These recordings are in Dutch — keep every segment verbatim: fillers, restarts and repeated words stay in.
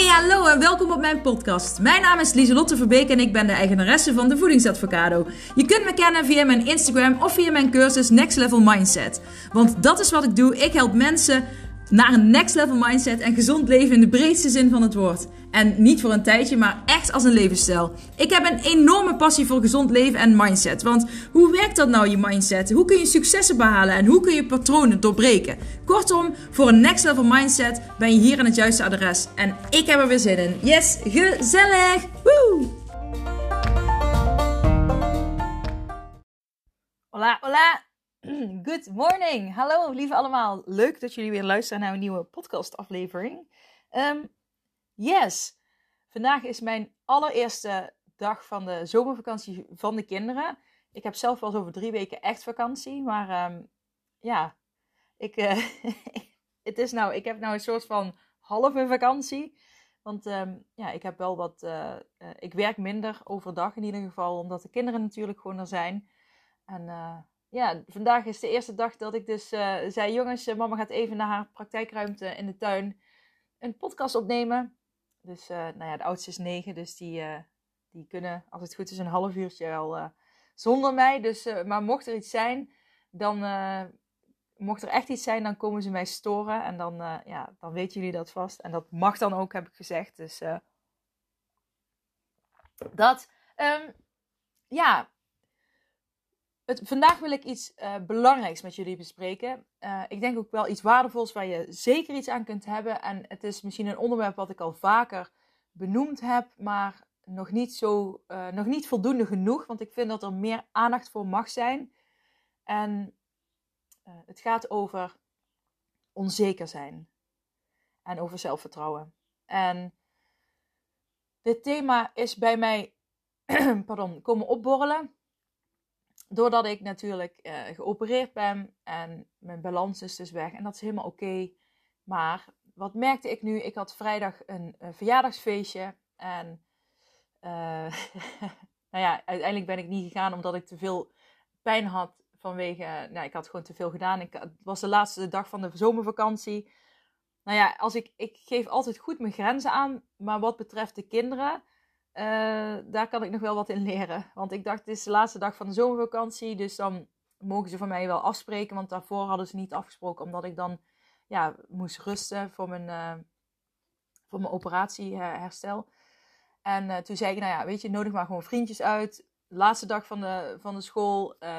hallo en welkom op mijn podcast. Mijn naam is Lieselotte Verbeek en ik ben de eigenaresse van de Voedingsadvocado. Je kunt me kennen via mijn Instagram of via mijn cursus Next Level Mindset. Want dat is wat ik doe. Ik help mensen naar een next level mindset en gezond leven in de breedste zin van het woord. En niet voor een tijdje, maar echt als een levensstijl. Ik heb een enorme passie voor gezond leven en mindset. Want hoe werkt dat nou, je mindset? Hoe kun je successen behalen en hoe kun je patronen doorbreken? Kortom, voor een next level mindset ben je hier aan het juiste adres. En ik heb er weer zin in. Yes, gezellig! Woe! Hola, hola! Good morning! Hallo lieve allemaal. Leuk dat jullie weer luisteren naar een nieuwe podcastaflevering. Um, yes, vandaag is mijn allereerste dag van de zomervakantie van de kinderen. Ik heb zelf wel eens over drie weken echt vakantie, maar um, ja, ik, uh, het is nou, ik heb nou een soort van halve vakantie. Want um, ja, ik heb wel wat, uh, uh, ik werk minder overdag in ieder geval, omdat de kinderen natuurlijk gewoon er zijn. En uh, ja, vandaag is de eerste dag dat ik dus uh, zei, jongens, uh, mama gaat even naar haar praktijkruimte in de tuin een podcast opnemen. Dus uh, nou ja, de oudste is negen, dus die, uh, die kunnen, als het goed is, een half uurtje wel uh, zonder mij. Dus, uh, maar mocht er iets zijn, dan, uh, mocht er echt iets zijn, dan komen ze mij storen. En dan, uh, ja, dan weten jullie dat vast. En dat mag dan ook, heb ik gezegd. Dus uh, dat, um, ja... Het, vandaag wil ik iets uh, belangrijks met jullie bespreken. Uh, ik denk ook wel iets waardevols waar je zeker iets aan kunt hebben. En het is misschien een onderwerp wat ik al vaker benoemd heb, maar nog niet, zo, uh, nog niet voldoende genoeg. Want ik vind dat er meer aandacht voor mag zijn. En uh, het gaat over onzeker zijn. En over zelfvertrouwen. En dit thema is bij mij pardon, komen opborrelen. Doordat ik natuurlijk uh, geopereerd ben en mijn balans is dus weg. En dat is helemaal oké. Okay. Maar wat merkte ik nu? Ik had vrijdag een, een verjaardagsfeestje. En uh, nou ja, uiteindelijk ben ik niet gegaan omdat ik te veel pijn had. Vanwege, nou ik had gewoon te veel gedaan. Ik, het was de laatste dag van de zomervakantie. Nou ja, als ik, ik geef altijd goed mijn grenzen aan. Maar wat betreft de kinderen... Uh, daar kan ik nog wel wat in leren. Want ik dacht, het is de laatste dag van de zomervakantie. Dus dan mogen ze van mij wel afspreken. Want daarvoor hadden ze niet afgesproken. Omdat ik dan ja, moest rusten voor mijn, uh, voor mijn operatieherstel. En uh, toen zei ik, nou ja, weet je, nodig maar gewoon vriendjes uit. Laatste dag van de, van de school. Uh,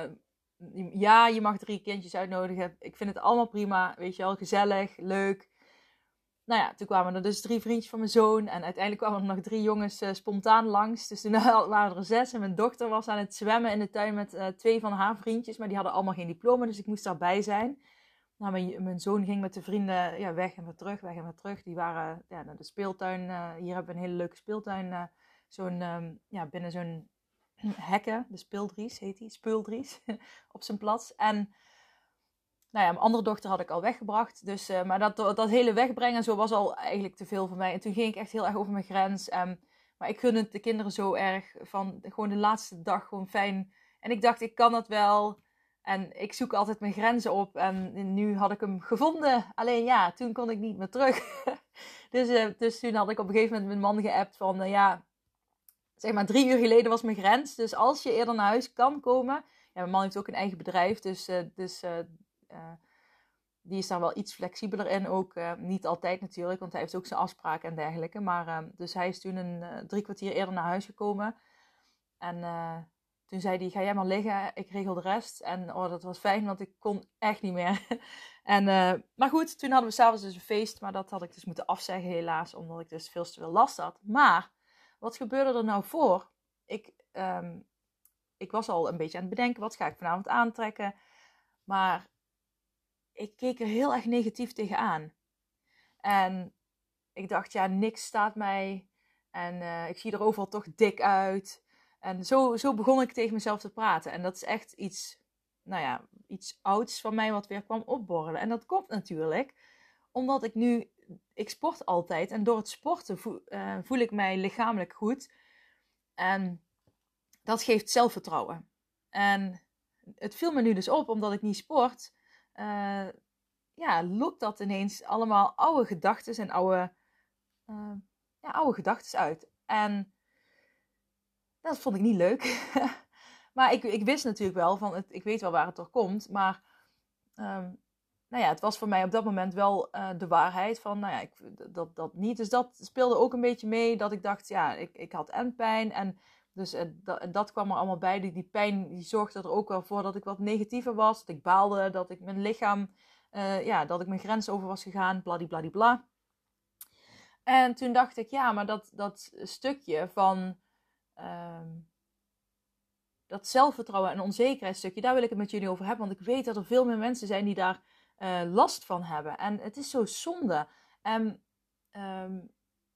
ja, je mag drie kindjes uitnodigen. Ik vind het allemaal prima. Weet je wel, gezellig, leuk. Nou ja, toen kwamen er dus drie vriendjes van mijn zoon. En uiteindelijk kwamen er nog drie jongens uh, spontaan langs. Dus toen waren er zes. En mijn dochter was aan het zwemmen in de tuin met uh, twee van haar vriendjes. Maar die hadden allemaal geen diploma. Dus ik moest daarbij zijn. Nou, mijn, mijn zoon ging met de vrienden ja, weg en weer terug, weg en weer terug. Die waren ja, naar de speeltuin. Uh, hier hebben we een hele leuke speeltuin. Uh, zo'n, um, ja, binnen zo'n hekken. De speeldries heet die. Speeldries. Op zijn plaats. En... Nou ja, mijn andere dochter had ik al weggebracht. Dus, uh, maar dat, dat hele wegbrengen zo was al eigenlijk te veel voor mij. En toen ging ik echt heel erg over mijn grens. Um, maar ik gun het de kinderen zo erg. Van gewoon de laatste dag gewoon fijn. En ik dacht, ik kan dat wel. En ik zoek altijd mijn grenzen op. En nu had ik hem gevonden. Alleen ja, toen kon ik niet meer terug. dus, uh, dus toen had ik op een gegeven moment mijn man geappt van... Uh, ja, zeg maar drie uur geleden was mijn grens. Dus als je eerder naar huis kan komen... Ja, mijn man heeft ook een eigen bedrijf. Dus... Uh, dus uh, Uh, die is daar wel iets flexibeler in. Ook uh, niet altijd natuurlijk, want hij heeft ook zijn afspraken en dergelijke. Maar uh, dus hij is toen een uh, drie kwartier eerder naar huis gekomen. En uh, toen zei hij, ga jij maar liggen, ik regel de rest. En oh, dat was fijn, want ik kon echt niet meer. en, uh, maar goed, toen hadden we s'avonds dus een feest. Maar dat had ik dus moeten afzeggen helaas, omdat ik dus veel te veel last had. Maar, wat gebeurde er nou voor? Ik, um, ik was al een beetje aan het bedenken, wat ga ik vanavond aantrekken? Maar... ik keek er heel erg negatief tegenaan. En ik dacht, ja, niks staat mij. En uh, ik zie er overal toch dik uit. En zo, zo begon ik tegen mezelf te praten. En dat is echt iets, nou ja, iets ouds van mij wat weer kwam opborrelen. En dat komt natuurlijk omdat ik nu, ik sport altijd. En door het sporten voel, uh, voel ik mij lichamelijk goed. En dat geeft zelfvertrouwen. En het viel me nu dus op, omdat ik niet sport... Uh, ja, loopt dat ineens allemaal oude gedachten en oude uh, ja, oude gedachten uit. En dat vond ik niet leuk. Maar ik, ik wist natuurlijk wel van, het, ik weet wel waar het door komt. Maar um, nou ja, het was voor mij op dat moment wel uh, de waarheid van, nou ja, ik, dat, dat niet. Dus dat speelde ook een beetje mee, dat ik dacht, ja, ik, ik had en pijn. En dus uh, dat, dat kwam er allemaal bij. Die, die pijn die zorgde er ook wel voor dat ik wat negatiever was. Dat ik baalde, dat ik mijn lichaam, uh, ja, dat ik mijn grens over was gegaan, bladibladibla. En toen dacht ik, ja, maar dat, dat stukje van... Um, dat zelfvertrouwen en onzekerheidsstukje, daar wil ik het met jullie over hebben. Want ik weet dat er veel meer mensen zijn die daar uh, last van hebben. En het is zo zonde. En um,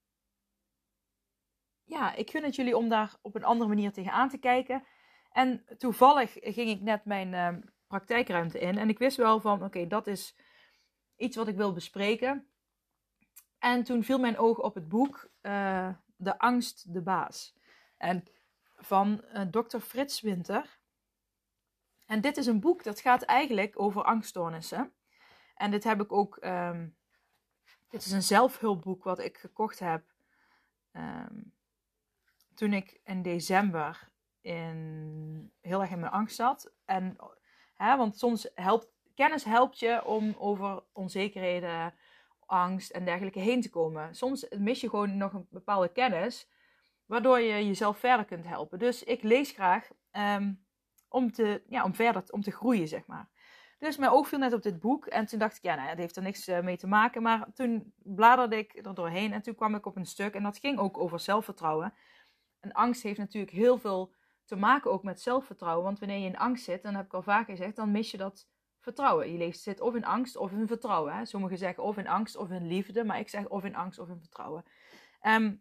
ja, ik gun het jullie om daar op een andere manier tegenaan te kijken. En toevallig ging ik net mijn uh, praktijkruimte in. En ik wist wel van, oké, okay, dat is iets wat ik wil bespreken. En toen viel mijn oog op het boek uh, De Angst, de Baas. En... van uh, dokter Frits Winter. En dit is een boek dat gaat eigenlijk over angststoornissen. En dit heb ik ook... Um, dit is een zelfhulpboek wat ik gekocht heb... Um, toen ik in december in, heel erg in mijn angst zat. En, hè, want soms helpt... kennis helpt je om over onzekerheden, angst en dergelijke heen te komen. Soms mis je gewoon nog een bepaalde kennis... waardoor je jezelf verder kunt helpen. Dus ik lees graag um, om, te, ja, om verder om te groeien, zeg maar. Dus mijn oog viel net op dit boek. En toen dacht ik, ja, nou ja, dat heeft er niks uh, mee te maken. Maar toen bladerde ik er doorheen. En toen kwam ik op een stuk. En dat ging ook over zelfvertrouwen. En angst heeft natuurlijk heel veel te maken ook met zelfvertrouwen. Want wanneer je in angst zit, dan heb ik al vaker gezegd, dan mis je dat vertrouwen. Je leeft, zit of in angst of in vertrouwen. Hè? Sommigen zeggen of in angst of in liefde. Maar ik zeg of in angst of in vertrouwen. Um,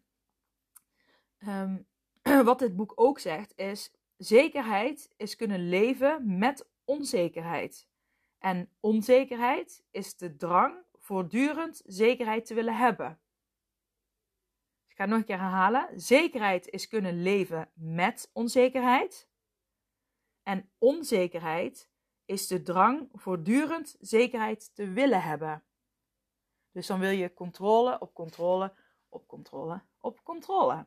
Um, wat dit boek ook zegt is... zekerheid is kunnen leven met onzekerheid. En onzekerheid is de drang voortdurend zekerheid te willen hebben. Ik ga het nog een keer herhalen. Zekerheid is kunnen leven met onzekerheid. En onzekerheid is de drang voortdurend zekerheid te willen hebben. Dus dan wil je controle op controle op controle op controle.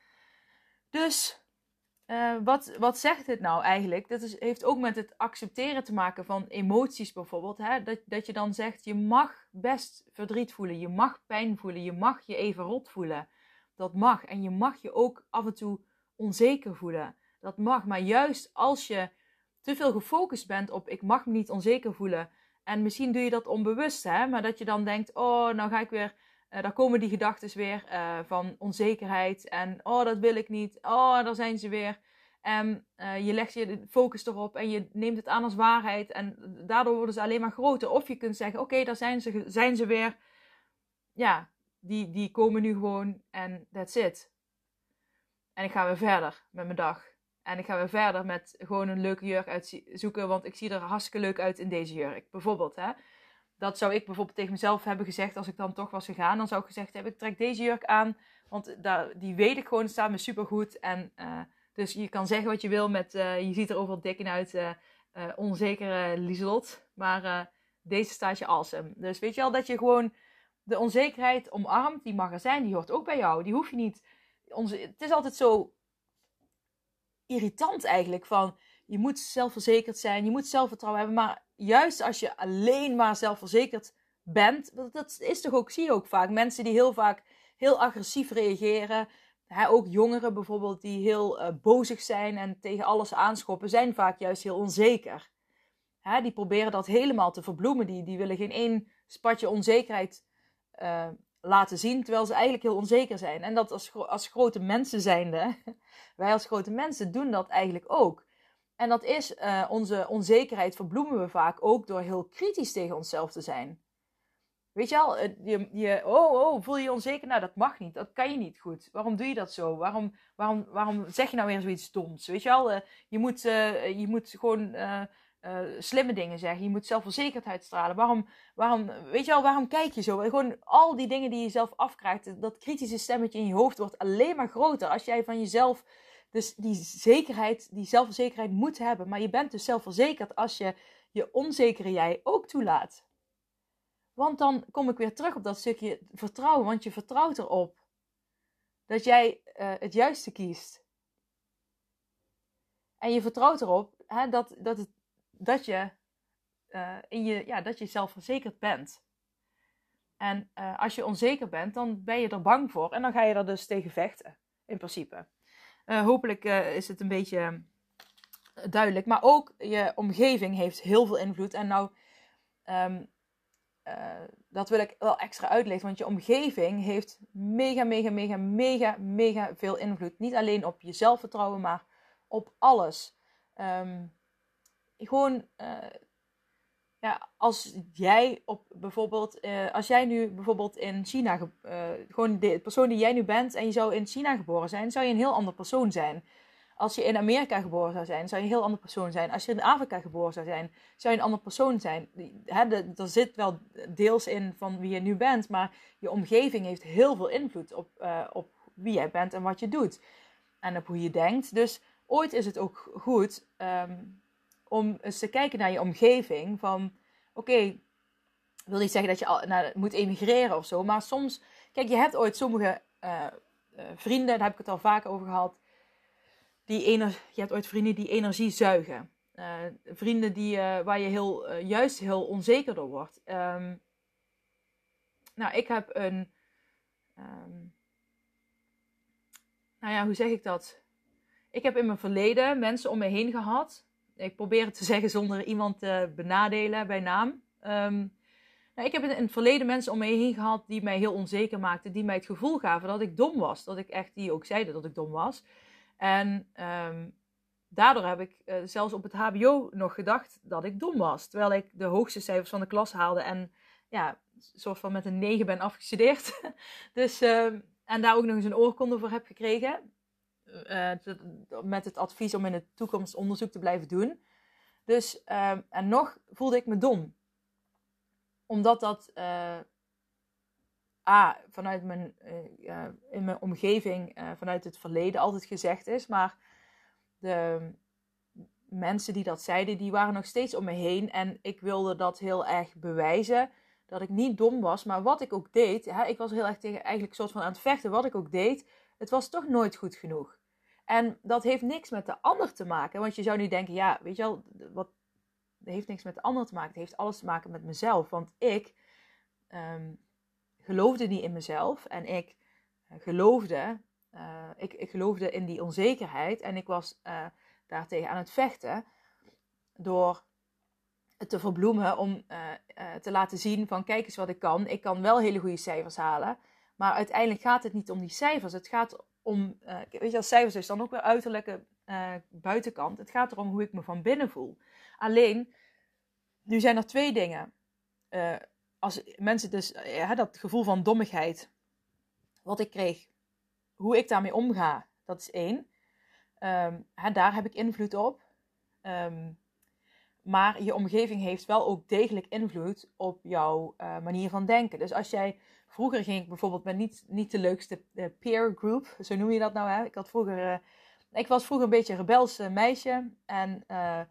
Dus uh, wat, wat zegt dit nou eigenlijk? Dat is, heeft ook met het accepteren te maken van emoties bijvoorbeeld. Hè? Dat, dat je dan zegt, je mag best verdriet voelen. Je mag pijn voelen. Je mag je even rot voelen. Dat mag. En je mag je ook af en toe onzeker voelen. Dat mag. Maar juist als je te veel gefocust bent op ik mag me niet onzeker voelen. En misschien doe je dat onbewust. Hè? Maar dat je dan denkt, oh nou ga ik weer... Uh, daar komen die gedachten weer uh, van onzekerheid. En oh, dat wil ik niet. Oh, daar zijn ze weer. En uh, je legt je focus erop en je neemt het aan als waarheid. En daardoor worden ze alleen maar groter. Of je kunt zeggen, oké, okay, daar zijn ze, zijn ze weer. Ja, die, die komen nu gewoon en that's it. En ik ga weer verder met mijn dag. En ik ga weer verder met gewoon een leuke jurk uitzoeken. Want ik zie er hartstikke leuk uit in deze jurk. Bijvoorbeeld, hè. Dat zou ik bijvoorbeeld tegen mezelf hebben gezegd als ik dan toch was gegaan. Dan zou ik gezegd hebben, ik trek deze jurk aan. Want daar, die weet ik gewoon, het staat me supergoed. En uh, dus je kan zeggen wat je wil met, uh, je ziet er overal dik in uit, uh, uh, onzekere Lieselot. Maar uh, deze staat je awesome. Dus weet je wel, dat je gewoon de onzekerheid omarmt. Die mag er zijn, die hoort ook bij jou. Die hoef je niet, onze, het is altijd zo irritant eigenlijk van... Je moet zelfverzekerd zijn, je moet zelfvertrouwen hebben. Maar juist als je alleen maar zelfverzekerd bent... Dat is toch ook, zie je ook vaak. Mensen die heel vaak heel agressief reageren. Hè, ook jongeren bijvoorbeeld die heel uh, bozig zijn en tegen alles aanschoppen... zijn vaak juist heel onzeker. Hè, die proberen dat helemaal te verbloemen. Die, die willen geen één spatje onzekerheid uh, laten zien... terwijl ze eigenlijk heel onzeker zijn. En dat als, als grote mensen zijnde... wij als grote mensen doen dat eigenlijk ook... En dat is, uh, onze onzekerheid verbloemen we vaak ook door heel kritisch tegen onszelf te zijn. Weet je wel, je, je, oh, oh, voel je je onzeker? Nou, dat mag niet, dat kan je niet goed. Waarom doe je dat zo? Waarom, waarom, waarom zeg je nou weer zoiets doms? Weet je wel, uh, je, moet, uh, je moet gewoon uh, uh, slimme dingen zeggen. Je moet zelfverzekerd uitstralen. Waarom, waarom, weet je wel, waarom kijk je zo? Gewoon al die dingen die je zelf afkrijgt, dat kritische stemmetje in je hoofd wordt alleen maar groter als jij van jezelf... Dus die zekerheid, die zelfverzekerheid moet hebben. Maar je bent dus zelfverzekerd als je je onzekere jij ook toelaat. Want dan kom ik weer terug op dat stukje vertrouwen. Want je vertrouwt erop dat jij uh, het juiste kiest. En je vertrouwt erop hè, dat, dat, het, dat, je, uh, in je, ja, dat je zelfverzekerd bent. En uh, als je onzeker bent, dan ben je er bang voor. En dan ga je er dus tegen vechten, in principe. Uh, hopelijk uh, is het een beetje duidelijk. Maar ook je omgeving heeft heel veel invloed. En nou, um, uh, dat wil ik wel extra uitleggen. Want je omgeving heeft mega, mega, mega, mega, mega veel invloed. Niet alleen op je zelfvertrouwen, maar op alles. Um, gewoon, uh, ja, als jij op bijvoorbeeld, uh, als jij nu bijvoorbeeld in China, uh, gewoon de persoon die jij nu bent en je zou in China geboren zijn, zou je een heel ander persoon zijn. Als je in Amerika geboren zou zijn, zou je een heel ander persoon zijn. Als je in Afrika geboren zou zijn, zou je een ander persoon zijn. He, de, er zit wel deels in van wie je nu bent, maar je omgeving heeft heel veel invloed op, uh, op wie jij bent en wat je doet. En op hoe je denkt. Dus ooit is het ook goed um, om eens te kijken naar je omgeving. Van, oké, okay, ik wil niet zeggen dat je al, nou, moet emigreren of zo. Maar soms, kijk, je hebt ooit sommige uh, uh, vrienden, daar heb ik het al vaker over gehad. Die ener, je hebt ooit vrienden die energie zuigen. Uh, vrienden die, uh, waar je heel, uh, juist heel onzeker door wordt. Um, nou, ik heb een... Um, nou ja, hoe zeg ik dat? Ik heb in mijn verleden mensen om me heen gehad. Ik probeer het te zeggen zonder iemand te benadelen bij naam. Um, nou, ik heb in het verleden mensen om me heen gehad die mij heel onzeker maakten. Die mij het gevoel gaven dat ik dom was. Dat ik echt, die ook zeiden dat ik dom was. En um, daardoor heb ik uh, zelfs op het hbo nog gedacht dat ik dom was. Terwijl ik de hoogste cijfers van de klas haalde en ja, soort van met een negen ben afgestudeerd. dus, uh, en daar ook nog eens een oorkonde voor heb gekregen. Uh, met het advies om in de toekomst onderzoek te blijven doen. Dus, uh, en nog voelde ik me dom. Omdat dat uh, A, vanuit mijn, uh, uh, in mijn omgeving, uh, vanuit het verleden altijd gezegd is. Maar de mensen die dat zeiden, die waren nog steeds om me heen. En ik wilde dat heel erg bewijzen. Dat ik niet dom was. Maar wat ik ook deed, hè, ik was heel erg tegen eigenlijk soort van aan het vechten. Wat ik ook deed, het was toch nooit goed genoeg. En dat heeft niks met de ander te maken. Want je zou nu denken, ja, weet je wel, wat, dat heeft niks met de ander te maken. Het heeft alles te maken met mezelf. Want ik um, geloofde niet in mezelf. En ik uh, geloofde, uh, ik, ik geloofde in die onzekerheid. En ik was uh, daartegen aan het vechten. Door het te verbloemen. Om uh, uh, te laten zien van, kijk eens wat ik kan. Ik kan wel hele goede cijfers halen. Maar uiteindelijk gaat het niet om die cijfers. Het gaat om, uh, weet je, als cijfers is dan ook weer uiterlijke uh, buitenkant. Het gaat erom hoe ik me van binnen voel. Alleen, nu zijn er twee dingen. Uh, als mensen dus, uh, ja, dat gevoel van dommigheid, wat ik kreeg, hoe ik daarmee omga, dat is één. Um, hè, daar heb ik invloed op. Um, maar je omgeving heeft wel ook degelijk invloed op jouw uh, manier van denken. Dus als jij... Vroeger ging ik bijvoorbeeld met niet, niet de leukste uh, peer group. Zo noem je dat nou, hè? Ik, had vroeger, uh, ik was vroeger een beetje een rebels uh, meisje. En uh,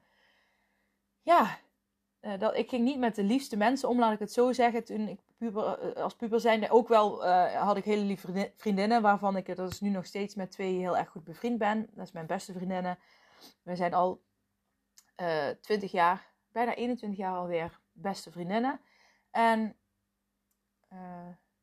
ja, uh, dat, ik ging niet met de liefste mensen om, laat ik het zo zeggen. Toen ik puber, uh, als puber zijnde ook wel uh, had ik hele lieve vriendinnen. Waarvan ik er dus nu nog steeds met twee heel erg goed bevriend ben. Dat is mijn beste vriendinnen. We zijn al uh, twintig jaar, bijna eenentwintig jaar alweer beste vriendinnen. En... Uh,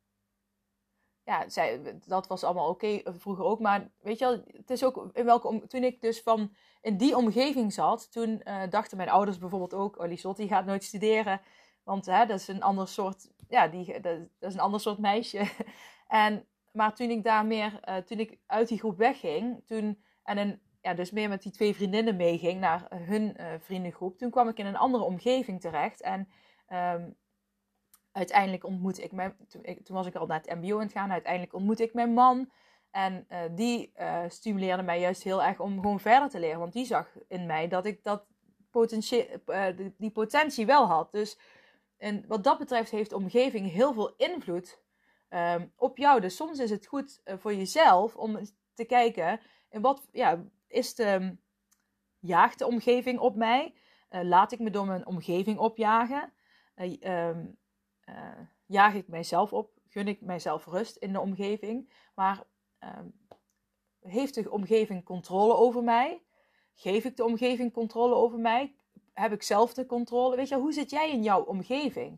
Ja, zij, dat was allemaal oké, okay, vroeger ook. Maar weet je wel, het is ook in welke... Toen ik dus van in die omgeving zat, toen uh, dachten mijn ouders bijvoorbeeld ook... Oh, Lieslot, die gaat nooit studeren. Want hè, dat is een ander soort... Ja, die, dat, dat is een ander soort meisje. en, maar toen ik daar meer... Uh, toen ik uit die groep wegging, toen... En een, ja, dus meer met die twee vriendinnen meeging naar hun uh, vriendengroep. Toen kwam ik in een andere omgeving terecht. En... Um, Uiteindelijk ontmoette ik mijn... Toen, ik, toen was ik al naar het mbo aan het gaan. Uiteindelijk ontmoette ik mijn man. En uh, die uh, stimuleerde mij juist heel erg om gewoon verder te leren. Want die zag in mij dat ik dat potentie, uh, die potentie wel had. Dus en wat dat betreft heeft de omgeving heel veel invloed um, op jou. Dus soms is het goed uh, voor jezelf om te kijken... In wat ja, is de... Jaagt de omgeving op mij? Uh, laat ik me door mijn omgeving opjagen? Uh, um, Uh, jaag ik mijzelf op, gun ik mijzelf rust in de omgeving. Maar um, heeft de omgeving controle over mij? Geef ik de omgeving controle over mij? Heb ik zelf de controle? Weet je, hoe zit jij in jouw omgeving?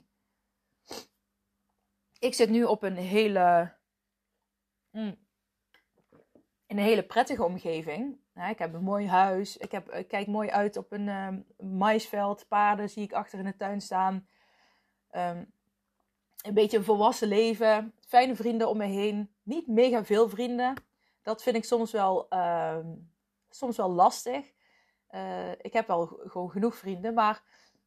Ik zit nu op een hele, mm, in een hele prettige omgeving. Ja, ik heb een mooi huis. Ik, heb, ik kijk mooi uit op een um, maisveld. Paarden zie ik achter in de tuin staan. Um, een beetje een volwassen leven. Fijne vrienden om me heen. Niet mega veel vrienden. Dat vind ik soms wel, um, soms wel lastig. Uh, ik heb wel g- gewoon genoeg vrienden. Maar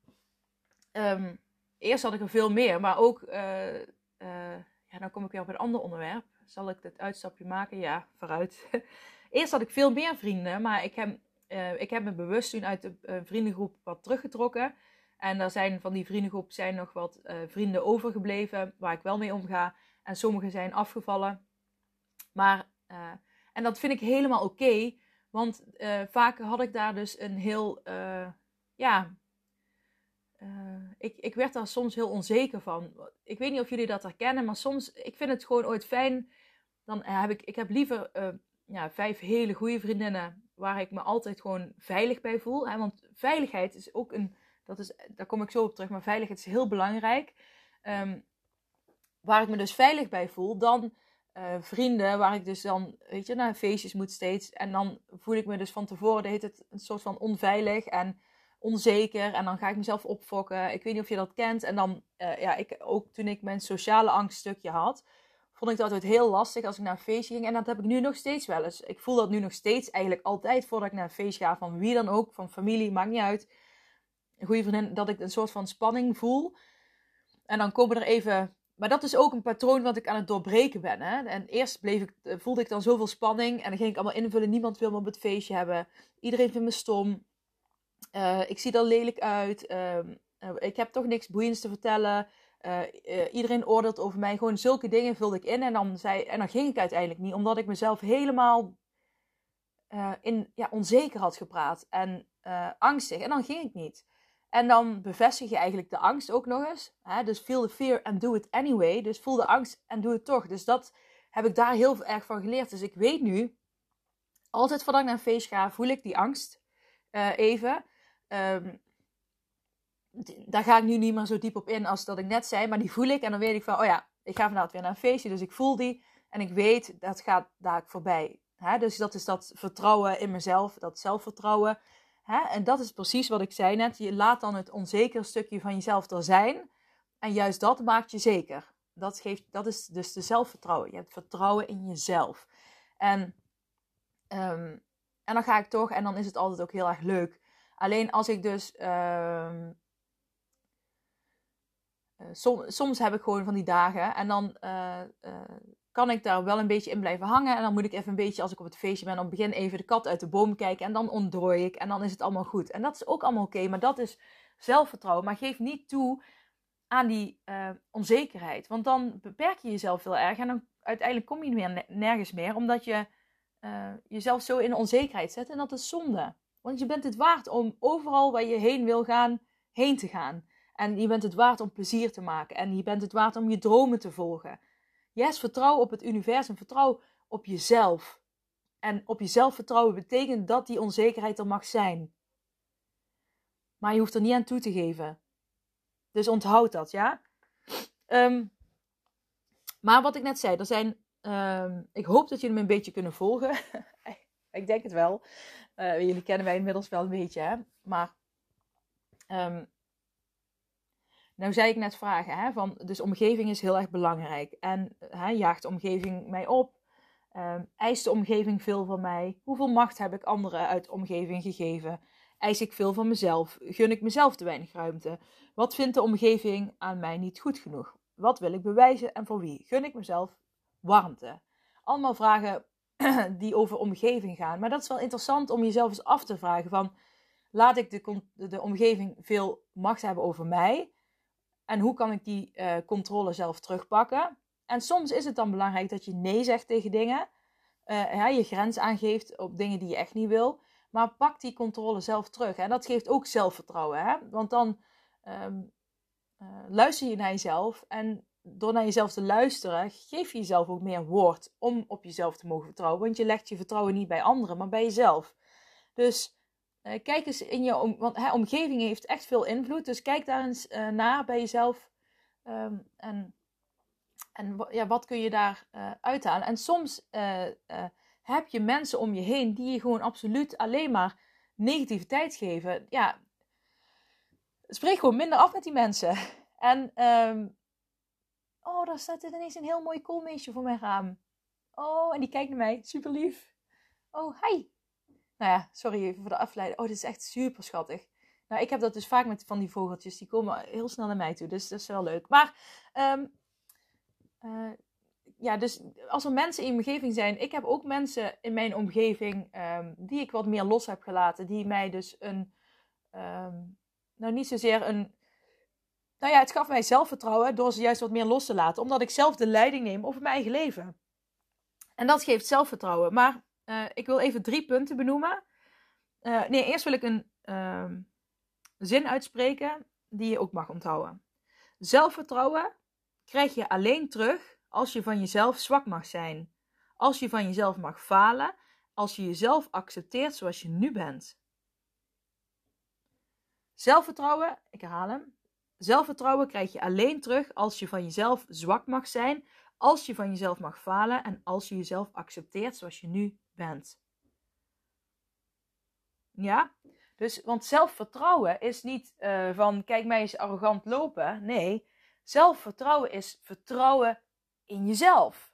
um, eerst had ik er veel meer. Maar ook... Uh, uh, ja, dan kom ik weer op een ander onderwerp. Zal ik dit uitstapje maken? Ja, vooruit. Eerst had ik veel meer vrienden. Maar ik heb, uh, ik heb me bewust toen uit de uh, vriendengroep wat teruggetrokken. En er zijn van die vriendengroep zijn nog wat uh, vrienden overgebleven. Waar ik wel mee omga. En sommige zijn afgevallen. Maar... Uh, en dat vind ik helemaal oké. Okay, want uh, vaak had ik daar dus een heel... Uh, ja... Uh, ik, ik werd daar soms heel onzeker van. Ik weet niet of jullie dat herkennen, maar soms, ik vind het gewoon ooit fijn. Dan heb ik, ik heb liever uh, ja, vijf hele goede vriendinnen waar ik me altijd gewoon veilig bij voel. Hè? Want veiligheid is ook een, dat is, daar kom ik zo op terug, maar veiligheid is heel belangrijk. Um, waar ik me dus veilig bij voel, dan uh, vrienden waar ik dus dan, weet je, naar feestjes moet steeds. En dan voel ik me dus van tevoren, dat heet het een soort van onveilig en onzeker. En dan ga ik mezelf opfokken. Ik weet niet of je dat kent. En dan, uh, ja, ik, ook toen ik mijn sociale angststukje had, vond ik dat altijd heel lastig als ik naar een feestje ging. En dat heb ik nu nog steeds wel eens. Ik voel dat nu nog steeds eigenlijk altijd voordat ik naar een feestje ga. Van wie dan ook, van familie, maakt niet uit. Een goede vriendin, dat ik een soort van spanning voel. En dan komen er even... Maar dat is ook een patroon wat ik aan het doorbreken ben. Hè? En eerst bleef ik, voelde ik dan zoveel spanning. En dan ging ik allemaal invullen. Niemand wil me op het feestje hebben. Iedereen vindt me stom. Uh, ik zie er lelijk uit. Uh, uh, ik heb toch niks boeiends te vertellen. Uh, uh, iedereen oordeelt over mij. Gewoon zulke dingen vulde ik in. En dan, zei, en dan ging ik uiteindelijk niet. Omdat ik mezelf helemaal uh, in, ja, onzeker had gepraat. En uh, angstig. En dan ging ik niet. En dan bevestig je eigenlijk de angst ook nog eens. Hè? Dus feel the fear and do it anyway. Dus voel de angst en doe het toch. Dus dat heb ik daar heel erg van geleerd. Dus ik weet nu, altijd voordat ik naar een feest ga, voel ik die angst uh, even. Um, daar ga ik nu niet meer zo diep op in als dat ik net zei. Maar die voel ik en dan weet ik van, oh ja, ik ga vanavond weer naar een feestje. Dus ik voel die en ik weet, dat gaat daar voorbij. Hè? Dus dat is dat vertrouwen in mezelf, dat zelfvertrouwen. Hè? En dat is precies wat ik zei net. Je laat dan het onzekere stukje van jezelf er zijn. En juist dat maakt je zeker. Dat, geeft, dat is dus de zelfvertrouwen. Je hebt vertrouwen in jezelf. En, um, en dan ga ik toch, en dan is het altijd ook heel erg leuk. Alleen als ik dus... Um, uh, som, soms heb ik gewoon van die dagen. En dan uh, uh, kan ik daar wel een beetje in blijven hangen. En dan moet ik even een beetje, als ik op het feestje ben, dan begin even de kat uit de boom kijken. En dan ontdooi ik. En dan is het allemaal goed. En dat is ook allemaal oké. Okay, maar dat is zelfvertrouwen. Maar geef niet toe aan die uh, onzekerheid. Want dan beperk je jezelf heel erg. En dan uiteindelijk kom je meer nergens meer. Omdat je uh, jezelf zo in onzekerheid zet. En dat is zonde. Want je bent het waard om overal waar je heen wil gaan, heen te gaan. En je bent het waard om plezier te maken. En je bent het waard om je dromen te volgen. Yes, vertrouw op het universum. Vertrouw op jezelf. En op jezelf vertrouwen betekent dat die onzekerheid er mag zijn. Maar je hoeft er niet aan toe te geven. Dus onthoud dat, ja? Um, maar wat ik net zei, er zijn... Um, ik hoop dat jullie me een beetje kunnen volgen. Ik denk het wel. Uh, jullie kennen mij inmiddels wel een beetje, hè? Maar... Um, nou zei ik net vragen, hè? Van, dus omgeving is heel erg belangrijk. En hè, jaagt de omgeving mij op? Um, eist de omgeving veel van mij? Hoeveel macht heb ik anderen uit de omgeving gegeven? Eis ik veel van mezelf? Gun ik mezelf te weinig ruimte? Wat vindt de omgeving aan mij niet goed genoeg? Wat wil ik bewijzen en voor wie? Gun ik mezelf warmte? Allemaal vragen die over omgeving gaan. Maar dat is wel interessant om jezelf eens af te vragen van... Laat ik de, de omgeving veel macht hebben over mij? En hoe kan ik die uh, controle zelf terugpakken? En soms is het dan belangrijk dat je nee zegt tegen dingen. Uh, ja, je grens aangeeft op dingen die je echt niet wil. Maar pak die controle zelf terug. En dat geeft ook zelfvertrouwen. Hè? Want dan um, uh, luister je naar jezelf. En door naar jezelf te luisteren, geef je jezelf ook meer woord om op jezelf te mogen vertrouwen. Want je legt je vertrouwen niet bij anderen, maar bij jezelf. Dus uh, kijk eens in je om, want, hè, omgeving heeft echt veel invloed. Dus kijk daar eens uh, naar bij jezelf. Um, en en ja, wat kun je daar uh, uithalen? En soms uh, uh, heb je mensen om je heen die je gewoon absoluut alleen maar negativiteit geven. Ja, spreek gewoon minder af met die mensen. En, um, oh, daar staat ineens een heel mooi koolmeesje voor mijn raam. Oh, en die kijkt naar mij. Super lief. Oh, hi. Nou ja, sorry even voor de afleiding. Oh, dit is echt super schattig. Nou, ik heb dat dus vaak met van die vogeltjes. Die komen heel snel naar mij toe. Dus dat is wel leuk. Maar, um, uh, ja, dus als er mensen in je omgeving zijn. Ik heb ook mensen in mijn omgeving um, die ik wat meer los heb gelaten. Die mij dus een, um, nou niet zozeer een, nou ja, het gaf mij zelfvertrouwen door ze juist wat meer los te laten. Omdat ik zelf de leiding neem over mijn eigen leven. En dat geeft zelfvertrouwen. Maar uh, ik wil even drie punten benoemen. Uh, nee, eerst wil ik een uh, zin uitspreken die je ook mag onthouden. Zelfvertrouwen krijg je alleen terug als je van jezelf zwak mag zijn. Als je van jezelf mag falen. Als je jezelf accepteert zoals je nu bent. Zelfvertrouwen, ik herhaal hem. Zelfvertrouwen krijg je alleen terug als je van jezelf zwak mag zijn. Als je van jezelf mag falen. En als je jezelf accepteert zoals je nu bent. Ja? Dus, want zelfvertrouwen is niet uh, van, kijk mij eens arrogant lopen. Nee, zelfvertrouwen is vertrouwen in jezelf.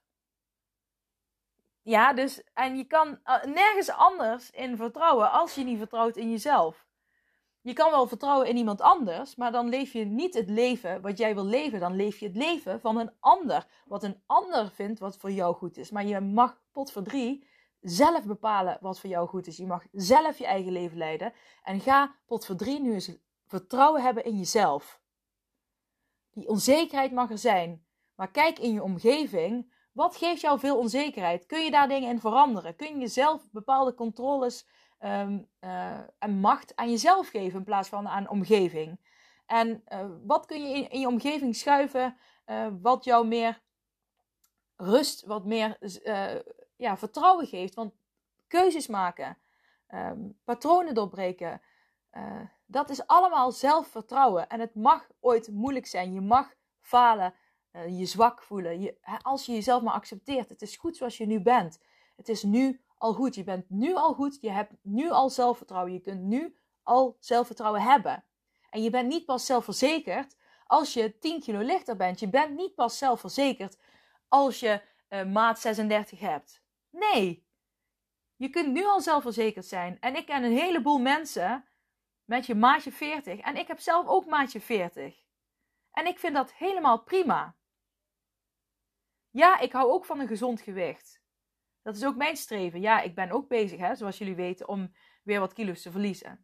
Ja, dus, en je kan uh, nergens anders in vertrouwen als je niet vertrouwt in jezelf. Je kan wel vertrouwen in iemand anders, maar dan leef je niet het leven wat jij wil leven. Dan leef je het leven van een ander. Wat een ander vindt wat voor jou goed is. Maar je mag, potverdrie, zelf bepalen wat voor jou goed is. Je mag zelf je eigen leven leiden. En ga, potverdrie, nu eens vertrouwen hebben in jezelf. Die onzekerheid mag er zijn. Maar kijk in je omgeving. Wat geeft jou veel onzekerheid? Kun je daar dingen in veranderen? Kun je jezelf bepaalde controles um, uh, en macht aan jezelf geven in plaats van aan omgeving? En uh, wat kun je in, in je omgeving schuiven uh, wat jou meer rust, wat meer uh, ja, vertrouwen geeft? Want keuzes maken, um, patronen doorbreken, uh, dat is allemaal zelfvertrouwen. En het mag ooit moeilijk zijn. Je mag falen. Uh, je zwak voelen. Je, als je jezelf maar accepteert. Het is goed zoals je nu bent. Het is nu al goed. Je bent nu al goed. Je hebt nu al zelfvertrouwen. Je kunt nu al zelfvertrouwen hebben. En je bent niet pas zelfverzekerd als je tien kilo lichter bent. Je bent niet pas zelfverzekerd als je uh, maat zesendertig hebt. Nee. Je kunt nu al zelfverzekerd zijn. En ik ken een heleboel mensen met je maatje veertig. En ik heb zelf ook maatje veertig. En ik vind dat helemaal prima. Ja, ik hou ook van een gezond gewicht. Dat is ook mijn streven. Ja, ik ben ook bezig, hè, zoals jullie weten, om weer wat kilo's te verliezen.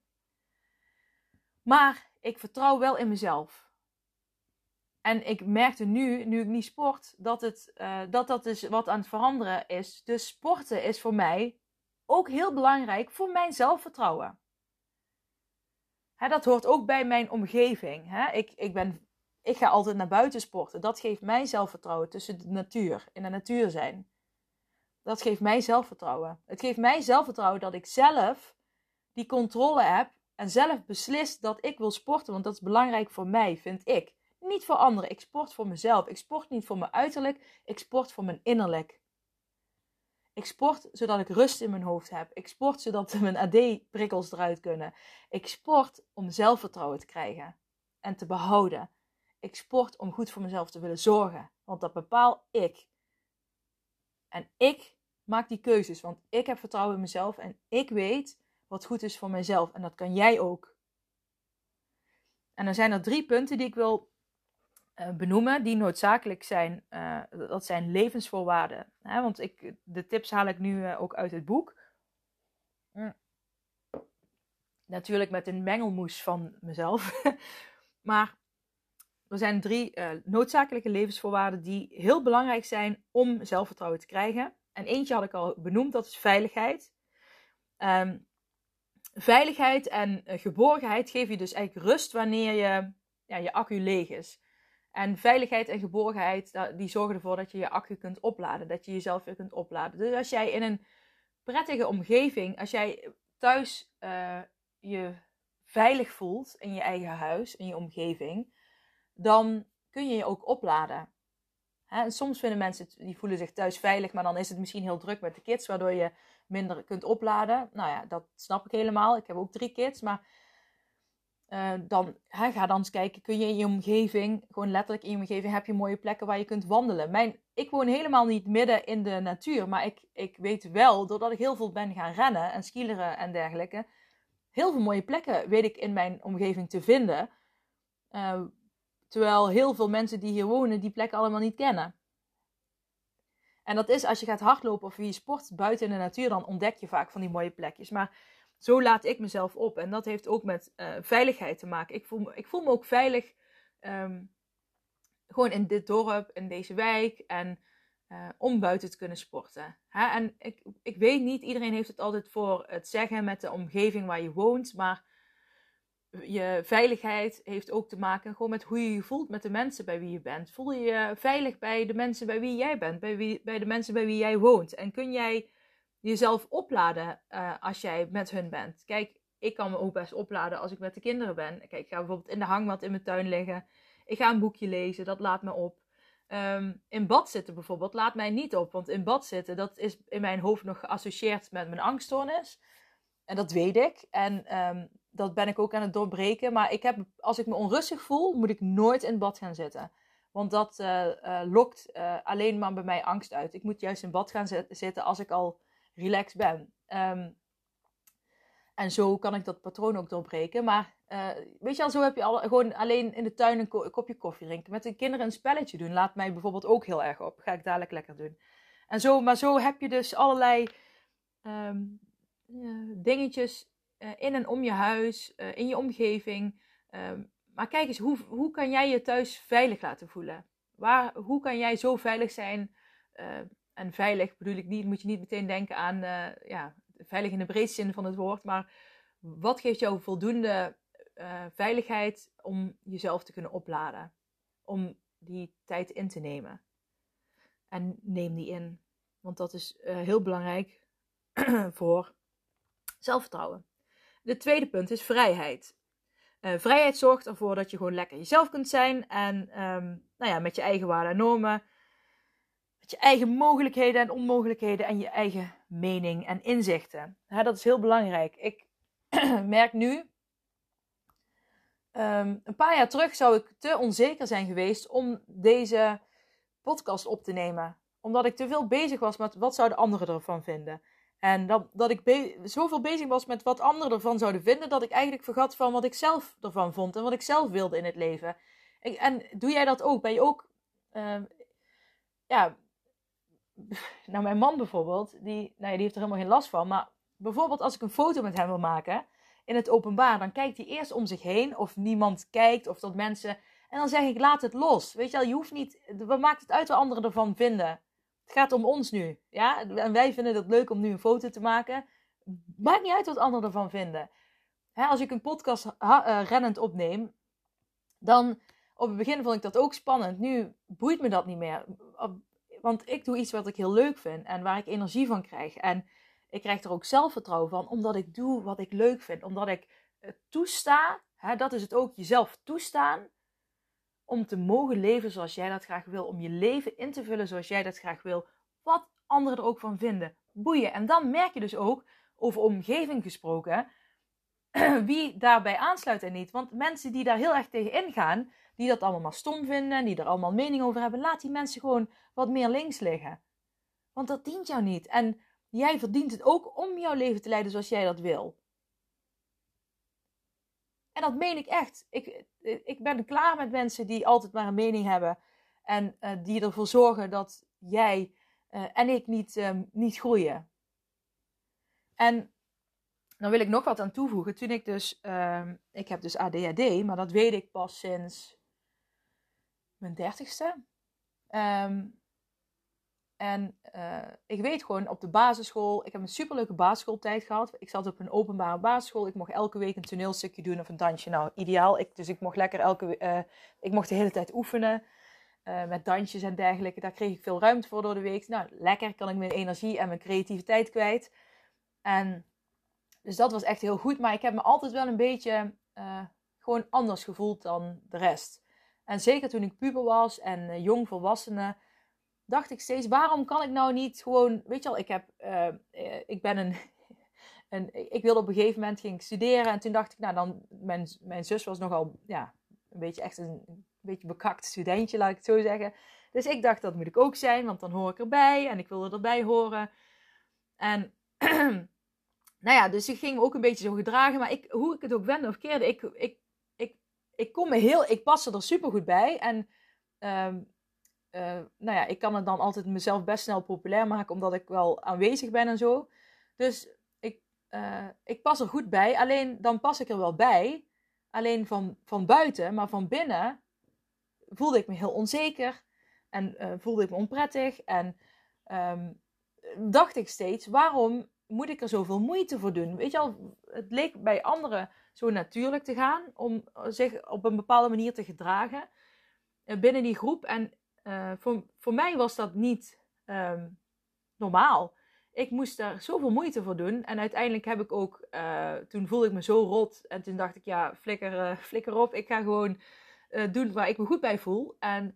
Maar ik vertrouw wel in mezelf. En ik merkte nu, nu ik niet sport, dat het, uh, dat, dat dus wat aan het veranderen is. Dus sporten is voor mij ook heel belangrijk voor mijn zelfvertrouwen. Hè, dat hoort ook bij mijn omgeving. Hè. Ik, ik ben... Ik ga altijd naar buiten sporten. Dat geeft mij zelfvertrouwen tussen de natuur. In de natuur zijn. Dat geeft mij zelfvertrouwen. Het geeft mij zelfvertrouwen dat ik zelf die controle heb. En zelf beslis dat ik wil sporten. Want dat is belangrijk voor mij, vind ik. Niet voor anderen. Ik sport voor mezelf. Ik sport niet voor mijn uiterlijk. Ik sport voor mijn innerlijk. Ik sport zodat ik rust in mijn hoofd heb. Ik sport zodat mijn A D-prikkels eruit kunnen. Ik sport om zelfvertrouwen te krijgen. En te behouden. Ik sport om goed voor mezelf te willen zorgen. Want dat bepaal ik. En ik maak die keuzes. Want ik heb vertrouwen in mezelf. En ik weet wat goed is voor mezelf. En dat kan jij ook. En dan zijn er drie punten die ik wil uh, benoemen. Die noodzakelijk zijn. Uh, dat zijn levensvoorwaarden. Hè? Want ik, de tips haal ik nu uh, ook uit het boek. Mm. Natuurlijk met een mengelmoes van mezelf. Maar... Er zijn drie uh, noodzakelijke levensvoorwaarden die heel belangrijk zijn om zelfvertrouwen te krijgen. En eentje had ik al benoemd, dat is veiligheid. Um, veiligheid en uh, geborgenheid geven je dus eigenlijk rust wanneer je, ja, je accu leeg is. En veiligheid en geborgenheid, die zorgen ervoor dat je je accu kunt opladen. Dat je jezelf weer kunt opladen. Dus als jij in een prettige omgeving, als jij thuis uh, je veilig voelt in je eigen huis, in je omgeving, dan kun je je ook opladen. Hè? En soms vinden mensen, het, die voelen zich thuis veilig, maar dan is het misschien heel druk met de kids, waardoor je minder kunt opladen. Nou ja, dat snap ik helemaal. Ik heb ook drie kids, maar uh, dan hè, ga dan eens kijken, kun je in je omgeving, gewoon letterlijk in je omgeving, heb je mooie plekken waar je kunt wandelen. Mijn, ik woon helemaal niet midden in de natuur, maar ik, ik weet wel, doordat ik heel veel ben gaan rennen en skileren en dergelijke, heel veel mooie plekken weet ik in mijn omgeving te vinden. Uh, terwijl heel veel mensen die hier wonen die plekken allemaal niet kennen. En dat is als je gaat hardlopen of je sport buiten in de natuur, dan ontdek je vaak van die mooie plekjes. Maar zo laat ik mezelf op. En dat heeft ook met uh, veiligheid te maken. Ik voel me, ik voel me ook veilig um, gewoon in dit dorp, in deze wijk. En uh, om buiten te kunnen sporten. Hè? En ik, ik weet niet, iedereen heeft het altijd voor het zeggen met de omgeving waar je woont. Maar je veiligheid heeft ook te maken gewoon met hoe je je voelt met de mensen bij wie je bent. Voel je je veilig bij de mensen bij wie jij bent, bij, wie, bij de mensen bij wie jij woont. En kun jij jezelf opladen uh, als jij met hun bent. Kijk, ik kan me ook best opladen als ik met de kinderen ben. Kijk, ik ga bijvoorbeeld in de hangmat in mijn tuin liggen. Ik ga een boekje lezen, dat laat me op. Um, in bad zitten bijvoorbeeld laat mij niet op. Want in bad zitten, dat is in mijn hoofd nog geassocieerd met mijn angststoornis. En dat weet ik. En um, dat ben ik ook aan het doorbreken. Maar ik heb, als ik me onrustig voel, moet ik nooit in bad gaan zitten. Want dat uh, uh, lokt uh, alleen maar bij mij angst uit. Ik moet juist in bad gaan z- zitten als ik al relaxed ben. Um, en zo kan ik dat patroon ook doorbreken. Maar uh, weet je al, zo heb je al gewoon alleen in de tuin een, ko- een kopje koffie drinken. Met de kinderen een spelletje doen. Laat mij bijvoorbeeld ook heel erg op. Ga ik dadelijk lekker doen. En zo, maar zo heb je dus allerlei um, uh, dingetjes uh, in en om je huis. Uh, in je omgeving. Um, maar kijk eens, hoe, hoe kan jij je thuis veilig laten voelen? Waar, hoe kan jij zo veilig zijn? Uh, en veilig bedoel ik niet, moet je niet meteen denken aan... Uh, ja, veilig in de breedste zin van het woord, maar wat geeft jou voldoende uh, veiligheid om jezelf te kunnen opladen? Om die tijd in te nemen. En neem die in. Want dat is uh, heel belangrijk voor zelfvertrouwen. De tweede punt is vrijheid. Uh, vrijheid zorgt ervoor dat je gewoon lekker jezelf kunt zijn. En um, nou ja, met je eigen waarden en normen. Met je eigen mogelijkheden en onmogelijkheden en je eigen mening en inzichten. He, dat is heel belangrijk. Ik merk nu, um, een paar jaar terug zou ik te onzeker zijn geweest om deze podcast op te nemen. Omdat ik te veel bezig was met wat zouden anderen ervan vinden. En dat, dat ik be- zoveel bezig was met wat anderen ervan zouden vinden, dat ik eigenlijk vergat van wat ik zelf ervan vond en wat ik zelf wilde in het leven. En, en doe jij dat ook? Ben je ook... Uh, ja... Nou, mijn man bijvoorbeeld, die, nou ja, die heeft er helemaal geen last van. Maar bijvoorbeeld als ik een foto met hem wil maken in het openbaar, dan kijkt hij eerst om zich heen of niemand kijkt of dat mensen... En dan zeg ik, laat het los. Weet je wel, je hoeft niet... Wat maakt het uit wat anderen ervan vinden? Het gaat om ons nu. Ja? En wij vinden het leuk om nu een foto te maken. Maakt niet uit wat anderen ervan vinden. Hè, als ik een podcast ha- uh, rennend opneem, dan... Op het begin vond ik dat ook spannend. Nu boeit me dat niet meer. Want ik doe iets wat ik heel leuk vind en waar ik energie van krijg. En ik krijg er ook zelfvertrouwen van, omdat ik doe wat ik leuk vind. Omdat ik het toesta, hè, dat is het ook, jezelf toestaan om te mogen leven zoals jij dat graag wil. Om je leven in te vullen zoals jij dat graag wil. Wat anderen er ook van vinden. Boeien. En dan merk je dus ook, over omgeving gesproken, wie daarbij aansluit en niet. Want mensen die daar heel erg tegen ingaan, die dat allemaal maar stom vinden, die er allemaal mening over hebben, laat die mensen gewoon wat meer links liggen. Want dat dient jou niet. En jij verdient het ook om jouw leven te leiden zoals jij dat wil. En dat meen ik echt. Ik, ik ben klaar met mensen die altijd maar een mening hebben. En uh, die ervoor zorgen dat jij uh, en ik niet, uh, niet groeien. En dan wil ik nog wat aan toevoegen. Toen ik dus... Uh, ik heb dus A D H D, maar dat weet ik pas sinds mijn dertigste. Um, En uh, ik weet gewoon op de basisschool, ik heb een superleuke basisschooltijd gehad. Ik zat op een openbare basisschool. Ik mocht elke week een toneelstukje doen of een dansje. Nou, ideaal. Ik, dus ik mocht lekker elke uh, ik mocht de hele tijd oefenen. Uh, met dansjes en dergelijke. Daar kreeg ik veel ruimte voor door de week. Nou, lekker, kan ik mijn energie en mijn creativiteit kwijt. En dus dat was echt heel goed. Maar ik heb me altijd wel een beetje uh, gewoon anders gevoeld dan de rest. En zeker toen ik puber was en uh, jong volwassene, dacht ik steeds, waarom kan ik nou niet gewoon, weet je wel, ik heb, uh, uh, ik ben een, een, ik wilde op een gegeven moment, ging ik studeren en toen dacht ik, nou dan, mijn, mijn zus was nogal, ja, een beetje echt een, een beetje bekakt studentje, laat ik het zo zeggen. Dus ik dacht, dat moet ik ook zijn, want dan hoor ik erbij en ik wilde erbij horen. En, nou ja, dus ik ging me ook een beetje zo gedragen, maar ik, hoe ik het ook wende of keerde, ik, ik, ik, ik kon me heel, ik paste er super goed bij en, um, Uh, nou ja, ik kan het dan altijd mezelf best snel populair maken, omdat ik wel aanwezig ben en zo. Dus ik, uh, ik pas er goed bij. Alleen dan pas ik er wel bij. Alleen van, van buiten, maar van binnen voelde ik me heel onzeker. En uh, voelde ik me onprettig. En um, dacht ik steeds, waarom moet ik er zoveel moeite voor doen? Weet je al, het leek bij anderen zo natuurlijk te gaan om zich op een bepaalde manier te gedragen uh, binnen die groep. En Uh, voor, voor mij was dat niet um, normaal. Ik moest daar zoveel moeite voor doen. En uiteindelijk heb ik ook, uh, toen voelde ik me zo rot. En toen dacht ik, ja, flikker, uh, flikker op. Ik ga gewoon uh, doen waar ik me goed bij voel. En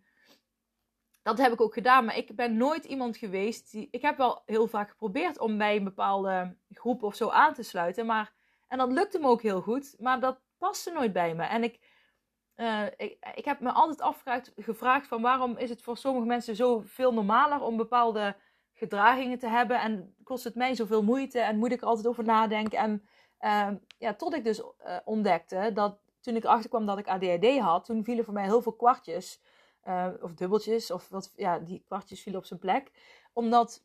dat heb ik ook gedaan. Maar ik ben nooit iemand geweest die... Ik heb wel heel vaak geprobeerd om bij een bepaalde groep of zo aan te sluiten. Maar, en dat lukte me ook heel goed. Maar dat paste nooit bij me. En ik... Uh, ik, ik heb me altijd afgevraagd gevraagd van waarom is het voor sommige mensen zo veel normaler om bepaalde gedragingen te hebben en kost het mij zoveel moeite en moet ik er altijd over nadenken. En uh, ja, tot ik dus uh, ontdekte dat toen ik erachter kwam dat ik A D H D had, toen vielen voor mij heel veel kwartjes uh, of dubbeltjes of wat, ja, die kwartjes vielen op zijn plek. Omdat,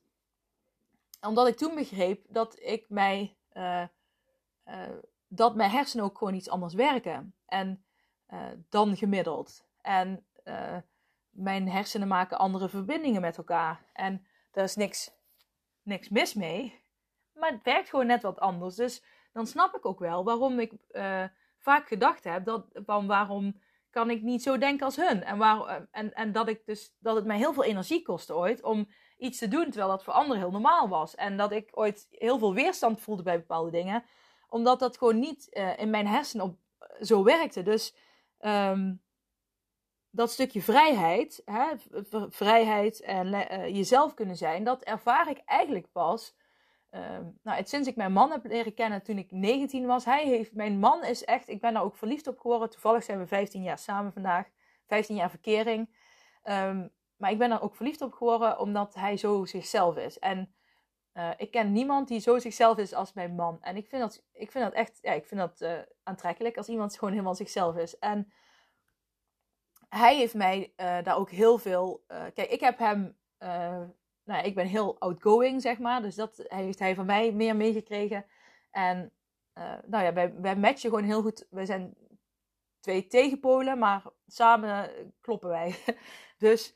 omdat ik toen begreep dat ik mij, uh, uh, dat mijn hersenen ook gewoon iets anders werken. En Uh, dan gemiddeld. En uh, mijn hersenen maken andere verbindingen met elkaar. En daar is niks, niks mis mee. Maar het werkt gewoon net wat anders. Dus dan snap ik ook wel waarom ik uh, vaak gedacht heb dat, van waarom kan ik niet zo denken als hun. En, waar, en, en dat, ik dus, dat het mij heel veel energie kostte ooit om iets te doen, terwijl dat voor anderen heel normaal was. En dat ik ooit heel veel weerstand voelde bij bepaalde dingen. Omdat dat gewoon niet uh, in mijn hersenen op, uh, zo werkte. Dus Um, dat stukje vrijheid, hè, v- vrijheid en uh, jezelf kunnen zijn, dat ervaar ik eigenlijk pas um, nou, het, sinds ik mijn man heb leren kennen toen ik negentien was. Hij heeft, mijn man is echt, ik ben daar ook verliefd op geworden. Toevallig zijn we vijftien jaar samen vandaag, vijftien jaar verkering. Um, maar ik ben daar ook verliefd op geworden omdat hij zo zichzelf is. En uh, ik ken niemand die zo zichzelf is als mijn man. En ik vind dat, ik vind dat echt, ja, ik vind dat uh, aantrekkelijk als iemand gewoon helemaal zichzelf is. En hij heeft mij uh, daar ook heel veel... Uh, kijk, ik heb hem... Uh, nou, ik ben heel outgoing, zeg maar. Dus dat heeft hij van mij meer meegekregen. En uh, nou ja, wij, wij matchen gewoon heel goed. Wij zijn twee tegenpolen, maar samen kloppen wij. Dus...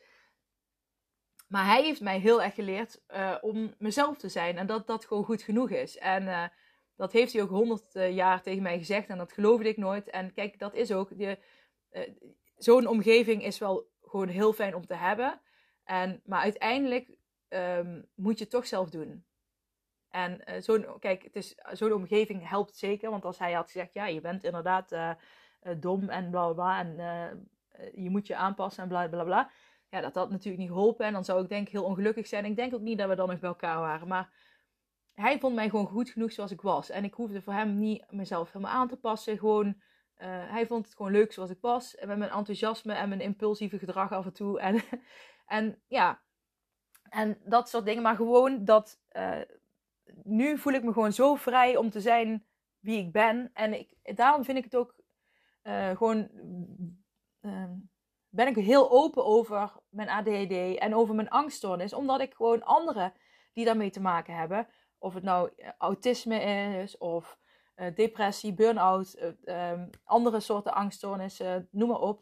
Maar hij heeft mij heel erg geleerd uh, om mezelf te zijn. En dat dat gewoon goed genoeg is. En uh, dat heeft hij ook honderd uh, jaar tegen mij gezegd. En dat geloofde ik nooit. En kijk, dat is ook... De, uh, zo'n omgeving is wel gewoon heel fijn om te hebben. En, maar uiteindelijk um, moet je het toch zelf doen. En uh, zo'n, kijk, het is, zo'n omgeving helpt zeker. Want als hij had gezegd, ja, je bent inderdaad uh, uh, dom en bla bla bla. En uh, je moet je aanpassen en bla bla bla. Ja, dat had natuurlijk niet geholpen. En dan zou ik denk ik heel ongelukkig zijn. Ik denk ook niet dat we dan nog bij elkaar waren. Maar hij vond mij gewoon goed genoeg zoals ik was. En ik hoefde voor hem niet mezelf helemaal aan te passen. Gewoon, uh, hij vond het gewoon leuk zoals ik was. En met mijn enthousiasme en mijn impulsieve gedrag af en toe. En, en ja, en dat soort dingen. Maar gewoon dat... Uh, nu voel ik me gewoon zo vrij om te zijn wie ik ben. En ik, daarom vind ik het ook uh, gewoon... Uh, ben ik heel open over mijn A D H D en over mijn angststoornis. Omdat ik gewoon anderen die daarmee te maken hebben... Of het nou autisme is, of uh, depressie, burn-out, uh, um, andere soorten angststoornissen, noem maar op.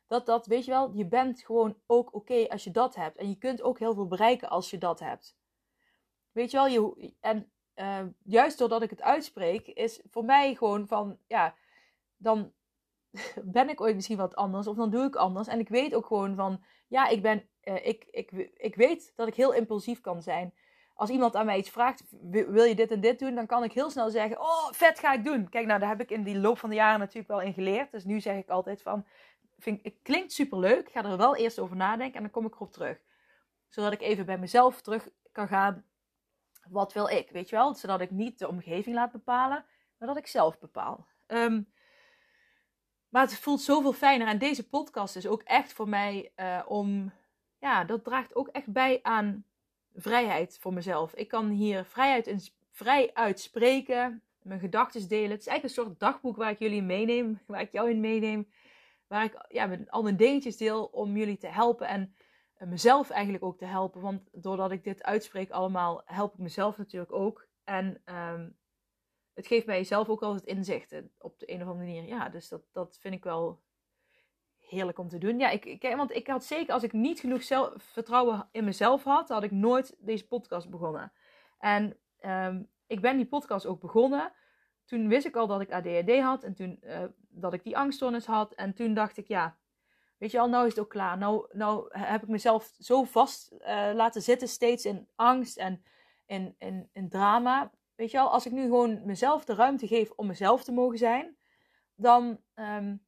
Dat dat, weet je wel, je bent gewoon ook oké als je dat hebt. En je kunt ook heel veel bereiken als je dat hebt. Weet je wel, je, en uh, juist doordat ik het uitspreek, is voor mij gewoon van, ja, dan ben ik ooit misschien wat anders of dan doe ik anders. En ik weet ook gewoon van, ja, ik ben, uh, ik, ik, ik weet dat ik heel impulsief kan zijn. Als iemand aan mij iets vraagt, wil je dit en dit doen, dan kan ik heel snel zeggen, oh, vet, ga ik doen. Kijk, nou, daar heb ik in die loop van de jaren natuurlijk wel in geleerd. Dus nu zeg ik altijd van, vind, het klinkt superleuk, ik ga er wel eerst over nadenken en dan kom ik erop terug. Zodat ik even bij mezelf terug kan gaan, wat wil ik, weet je wel? Zodat ik niet de omgeving laat bepalen, maar dat ik zelf bepaal. Um, maar het voelt zoveel fijner. En deze podcast is ook echt voor mij uh, om, ja, dat draagt ook echt bij aan vrijheid voor mezelf. Ik kan hier vrijheid in, vrij uitspreken, mijn gedachten delen. Het is eigenlijk een soort dagboek waar ik jullie in meeneem, waar ik jou in meeneem. Waar ik ja, al mijn dingetjes deel om jullie te helpen en uh, mezelf eigenlijk ook te helpen. Want doordat ik dit uitspreek allemaal, help ik mezelf natuurlijk ook. En um, het geeft mij zelf ook altijd inzichten op de een of andere manier. Ja, dus dat, dat vind ik wel heerlijk om te doen. Ja, ik, ik, want ik had zeker, als ik niet genoeg zelf, vertrouwen in mezelf had, had ik nooit deze podcast begonnen. En um, ik ben die podcast ook begonnen. Toen wist ik al dat ik A D H D had en toen uh, dat ik die angststoornis had. En toen dacht ik, ja, weet je al, nou is het ook klaar. Nou, nou heb ik mezelf zo vast uh, laten zitten steeds in angst en in, in, in drama. Weet je wel, als ik nu gewoon mezelf de ruimte geef om mezelf te mogen zijn, dan, um,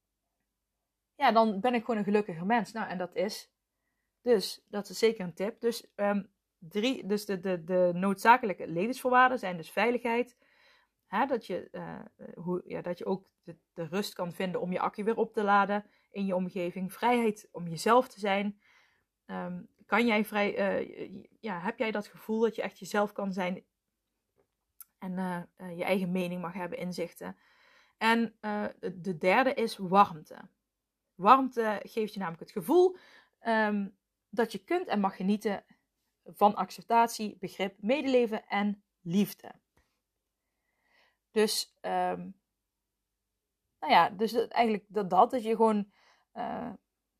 ja, dan ben ik gewoon een gelukkiger mens. Nou, en dat is, dus, dat is zeker een tip. Dus, um, drie, dus de, de, de noodzakelijke levensvoorwaarden zijn dus veiligheid. Hè, dat, je, uh, hoe, ja, dat je ook de, de rust kan vinden om je accu weer op te laden in je omgeving. Vrijheid om jezelf te zijn. Um, kan jij vrij, uh, ja, heb jij dat gevoel dat je echt jezelf kan zijn en uh, uh, je eigen mening mag hebben, inzichten. En uh, de, de derde is warmte. Warmte geeft je namelijk het gevoel um, dat je kunt en mag genieten van acceptatie, begrip, medeleven en liefde. Dus, um, nou ja, dus eigenlijk dat, dat, dat je gewoon, uh,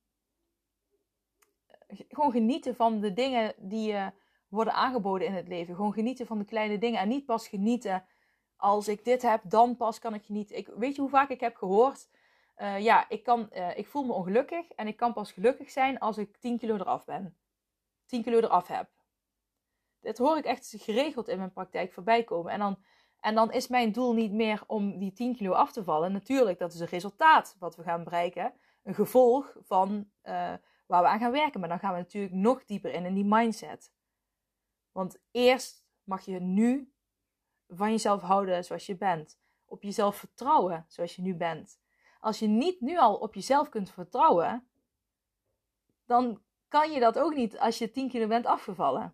gewoon genieten van de dingen die je worden aangeboden in het leven. Gewoon genieten van de kleine dingen en niet pas genieten als ik dit heb, dan pas kan ik genieten. Ik, weet je hoe vaak ik heb gehoord, uh, ja, ik, kan, uh, ik voel me ongelukkig en ik kan pas gelukkig zijn als ik tien kilo eraf ben. tien kilo eraf heb. Dat hoor ik echt geregeld in mijn praktijk voorbij komen. En dan, en dan is mijn doel niet meer om die tien kilo af te vallen. Natuurlijk, dat is een resultaat wat we gaan bereiken. Een gevolg van uh, waar we aan gaan werken. Maar dan gaan we natuurlijk nog dieper in, in die mindset. Want eerst mag je nu van jezelf houden zoals je bent. Op jezelf vertrouwen zoals je nu bent. Als je niet nu al op jezelf kunt vertrouwen, dan kan je dat ook niet als je tien kilo bent afgevallen.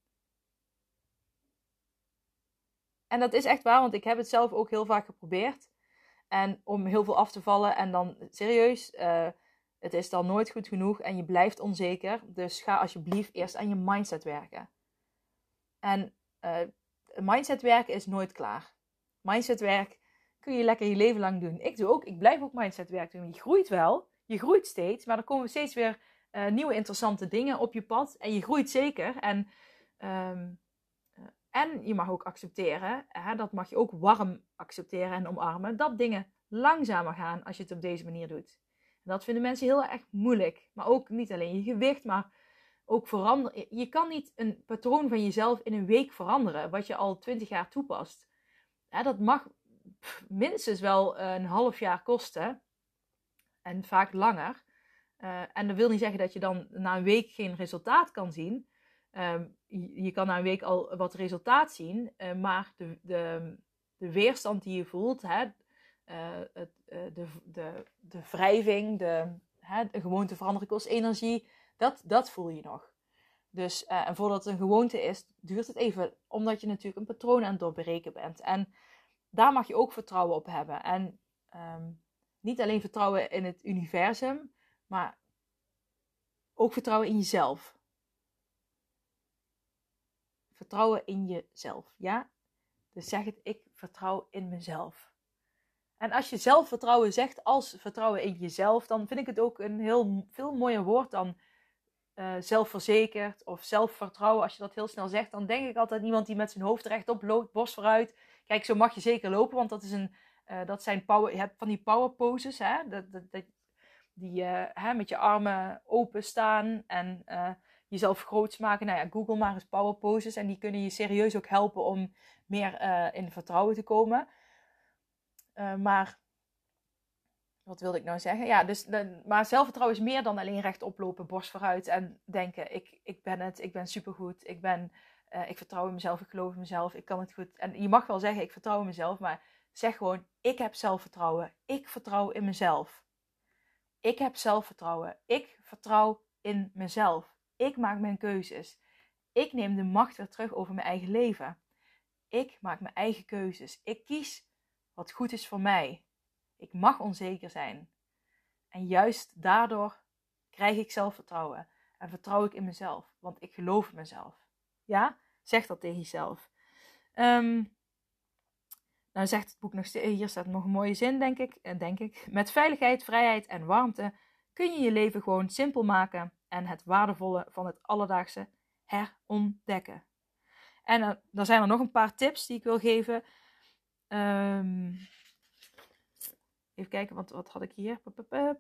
En dat is echt waar, want ik heb het zelf ook heel vaak geprobeerd. En om heel veel af te vallen en dan serieus, uh, het is dan nooit goed genoeg en je blijft onzeker. Dus ga alsjeblieft eerst aan je mindset werken. En uh, mindset werken is nooit klaar. Mindset werk kun je lekker je leven lang doen. Ik doe ook, ik blijf ook mindset werk doen. Je groeit wel, je groeit steeds, maar er komen steeds weer uh, nieuwe interessante dingen op je pad. En je groeit zeker. En, um, uh, en je mag ook accepteren, hè, dat mag je ook warm accepteren en omarmen, dat dingen langzamer gaan als je het op deze manier doet. En dat vinden mensen heel erg moeilijk. Maar ook niet alleen je gewicht, maar ook veranderen. Je kan niet een patroon van jezelf in een week veranderen, wat je al twintig jaar toepast. Ja, dat mag minstens wel een half jaar kosten. En vaak langer. Uh, en dat wil niet zeggen dat je dan na een week geen resultaat kan zien. Um, je, je kan na een week al wat resultaat zien. Uh, maar de, de, de weerstand die je voelt, hè, uh, het, uh, de, de, de wrijving, de, hè, de gewoonte veranderen kost energie. Dat, dat voel je nog. Dus, uh, en voordat het een gewoonte is, duurt het even. Omdat je natuurlijk een patroon aan het doorbreken bent. En daar mag je ook vertrouwen op hebben. En um, niet alleen vertrouwen in het universum, maar ook vertrouwen in jezelf. Vertrouwen in jezelf, ja? Dus zeg het, ik vertrouw in mezelf. En als je zelfvertrouwen zegt als vertrouwen in jezelf, dan vind ik het ook een heel veel mooier woord dan uh, zelfverzekerd of zelfvertrouwen. Als je dat heel snel zegt, dan denk ik altijd iemand die met zijn hoofd rechtop loopt, borst vooruit. Kijk, zo mag je zeker lopen, want dat, is een, uh, dat zijn power, je hebt van die power poses, hè? Dat, dat, dat, die uh, hè, met je armen open staan en uh, jezelf groots maken. Nou ja, Google maar eens power poses en die kunnen je serieus ook helpen om meer uh, in vertrouwen te komen. Uh, maar, wat wilde ik nou zeggen? Ja, dus, de, maar zelfvertrouwen is meer dan alleen rechtop lopen, borst vooruit en denken, ik, ik ben het, ik ben supergoed, ik, ben, uh, ik vertrouw in mezelf, ik geloof in mezelf, ik kan het goed. En je mag wel zeggen, ik vertrouw in mezelf, maar zeg gewoon, ik heb zelfvertrouwen, ik vertrouw in mezelf. Ik heb zelfvertrouwen, ik vertrouw in mezelf, ik maak mijn keuzes, ik neem de macht weer terug over mijn eigen leven. Ik maak mijn eigen keuzes, ik kies wat goed is voor mij. Ik mag onzeker zijn. En juist daardoor krijg ik zelfvertrouwen. En vertrouw ik in mezelf. Want ik geloof in mezelf. Ja? Zeg dat tegen jezelf. Um, nou zegt het boek nog steeds... Hier staat nog een mooie zin, denk ik. denk ik. Met veiligheid, vrijheid en warmte kun je je leven gewoon simpel maken. En het waardevolle van het alledaagse herontdekken. En uh, er zijn er nog een paar tips die ik wil geven. Um, Even kijken, wat, wat had ik hier? Pup, pup, pup.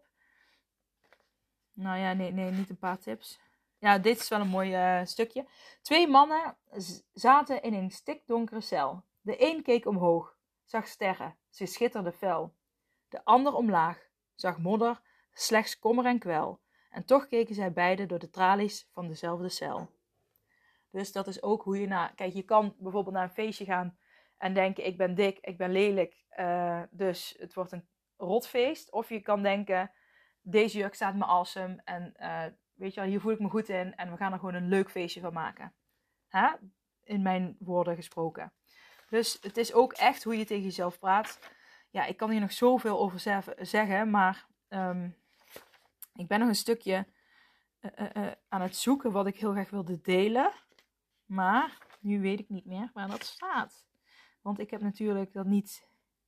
Nou ja, nee, nee, niet een paar tips. Ja, dit is wel een mooi uh, stukje. Twee mannen z- zaten in een stikdonkere cel. De een keek omhoog, zag sterren, ze schitterden fel. De ander omlaag, zag modder, slechts kommer en kwel. En toch keken zij beiden door de tralies van dezelfde cel. Dus dat is ook hoe je naar... Kijk, je kan bijvoorbeeld naar een feestje gaan en denken, ik ben dik, ik ben lelijk, uh, dus het wordt een rotfeest. Of je kan denken, deze jurk staat me awesome en uh, weet je wel, hier voel ik me goed in en we gaan er gewoon een leuk feestje van maken. Huh? In mijn woorden gesproken. Dus het is ook echt hoe je tegen jezelf praat. Ja, ik kan hier nog zoveel over zeggen, maar um, ik ben nog een stukje uh, uh, uh, aan het zoeken wat ik heel graag wilde delen. Maar nu weet ik niet meer waar dat staat. Want ik heb natuurlijk dat niet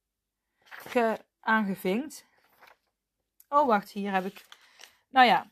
ge- aangevinkt. Oh, wacht, hier heb ik... Nou ja.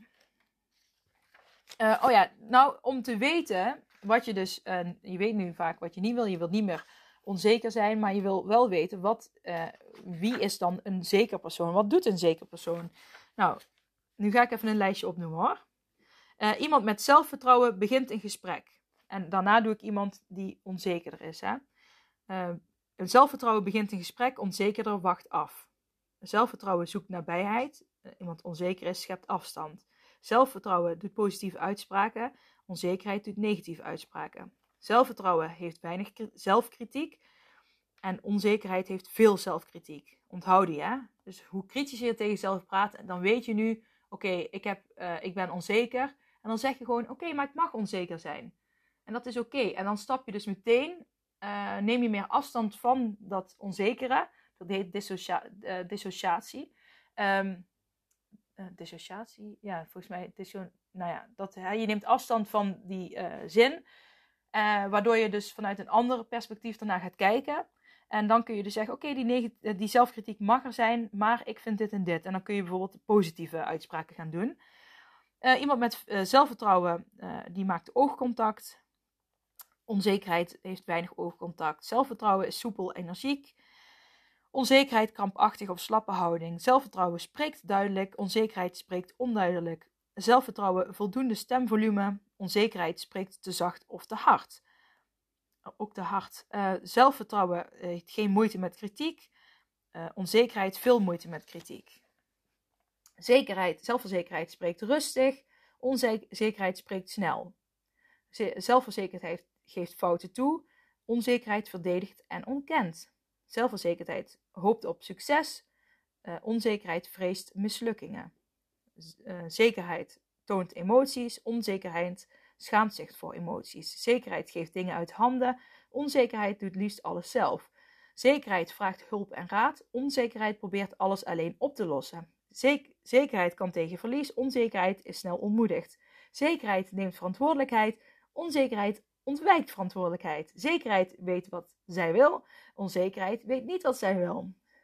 Uh, oh ja, nou, om te weten wat je dus... Uh, je weet nu vaak wat je niet wil. Je wilt niet meer onzeker zijn, maar je wil wel weten wat... Uh, wie is dan een zeker persoon? Wat doet een zeker persoon? Nou, nu ga ik even een lijstje opnoemen, hoor. Uh, iemand met zelfvertrouwen begint een gesprek. En daarna doe ik iemand die onzekerder is, hè. Uh, een zelfvertrouwen begint een gesprek, onzekerder wacht af. Zelfvertrouwen zoekt nabijheid. Iemand onzeker is, schept afstand. Zelfvertrouwen doet positieve uitspraken. Onzekerheid doet negatieve uitspraken. Zelfvertrouwen heeft weinig zelfkritiek. En onzekerheid heeft veel zelfkritiek. Onthoud die, hè? Dus hoe kritischer je tegen jezelf praat, dan weet je nu... Oké, okay, ik, uh, ik ben onzeker. En dan zeg je gewoon, oké, okay, maar ik mag onzeker zijn. En dat is oké. Okay. En dan stap je dus meteen... Uh, neem je meer afstand van dat onzekere... Dat heet dissocia- uh, dissociatie. Um, uh, dissociatie? Ja, volgens mij... Disso- nou ja, dat, uh, je neemt afstand van die uh, zin. Uh, waardoor je dus vanuit een ander perspectief ernaar gaat kijken. En dan kun je dus zeggen... Oké, okay, die, neg- die zelfkritiek mag er zijn... Maar ik vind dit en dit. En dan kun je bijvoorbeeld positieve uitspraken gaan doen. Uh, iemand met uh, zelfvertrouwen... Uh, die maakt oogcontact. Onzekerheid heeft weinig oogcontact. Zelfvertrouwen is soepel, energiek. Onzekerheid, krampachtig of slappe houding. Zelfvertrouwen spreekt duidelijk. Onzekerheid spreekt onduidelijk. Zelfvertrouwen, voldoende stemvolume. Onzekerheid spreekt te zacht of te hard. Ook te hard. Uh, zelfvertrouwen heeft geen moeite met kritiek. Uh, onzekerheid, veel moeite met kritiek. Zekerheid, zelfverzekerheid spreekt rustig. Onzekerheid spreekt snel. Zelfverzekerdheid geeft fouten toe. Onzekerheid verdedigt en ontkent. Zelfverzekerdheid hoopt op succes. Uh, onzekerheid vreest mislukkingen. Z- uh, zekerheid toont emoties. Onzekerheid schaamt zich voor emoties. Zekerheid geeft dingen uit handen. Onzekerheid doet liefst alles zelf. Zekerheid vraagt hulp en raad. Onzekerheid probeert alles alleen op te lossen. Zek- zekerheid kan tegen verlies. Onzekerheid is snel ontmoedigd. Zekerheid neemt verantwoordelijkheid. Onzekerheid ontwijkt verantwoordelijkheid. Zekerheid weet wat zij wil. Onzekerheid weet niet wat zij wil.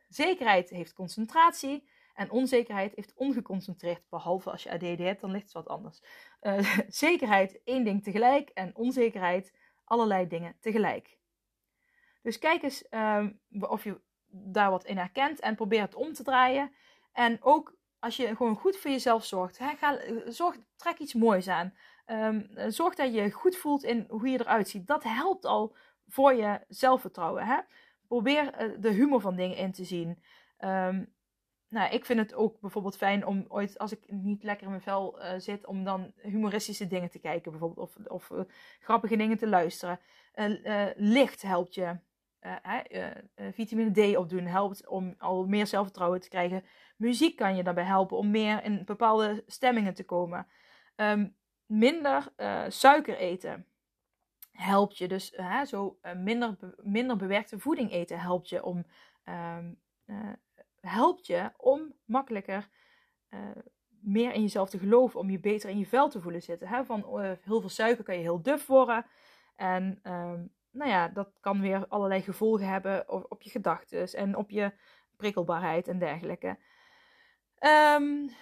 zekerheid heeft concentratie en onzekerheid heeft ongeconcentreerd. Behalve als je A D D hebt, dan ligt het wat anders. Uh, zekerheid één ding tegelijk en onzekerheid allerlei dingen tegelijk. Dus kijk eens um, of je daar wat in herkent en probeer het om te draaien. En ook als je gewoon goed voor jezelf zorgt, hè, ga, zorg, trek iets moois aan. Um, zorg dat je je goed voelt in hoe je eruit ziet. Dat helpt al voor je zelfvertrouwen. Hè? Probeer uh, de humor van dingen in te zien. Um, nou, ik vind het ook bijvoorbeeld fijn om ooit, als ik niet lekker in mijn vel uh, zit, om dan humoristische dingen te kijken bijvoorbeeld. Of, of uh, grappige dingen te luisteren. Uh, uh, licht helpt je. Uh, uh, uh, vitamine D opdoen helpt om al meer zelfvertrouwen te krijgen. Muziek kan je daarbij helpen om meer in bepaalde stemmingen te komen. Um, minder uh, suiker eten helpt je. Dus uh, zo uh, minder, be- minder bewerkte voeding eten helpt je om, um, uh, helpt je om makkelijker uh, meer in jezelf te geloven. Om je beter in je vel te voelen zitten. Hè? Van uh, heel veel suiker kan je heel duf worden. En um, nou ja, dat kan weer allerlei gevolgen hebben op, op je gedachten en op je prikkelbaarheid en dergelijke. Um,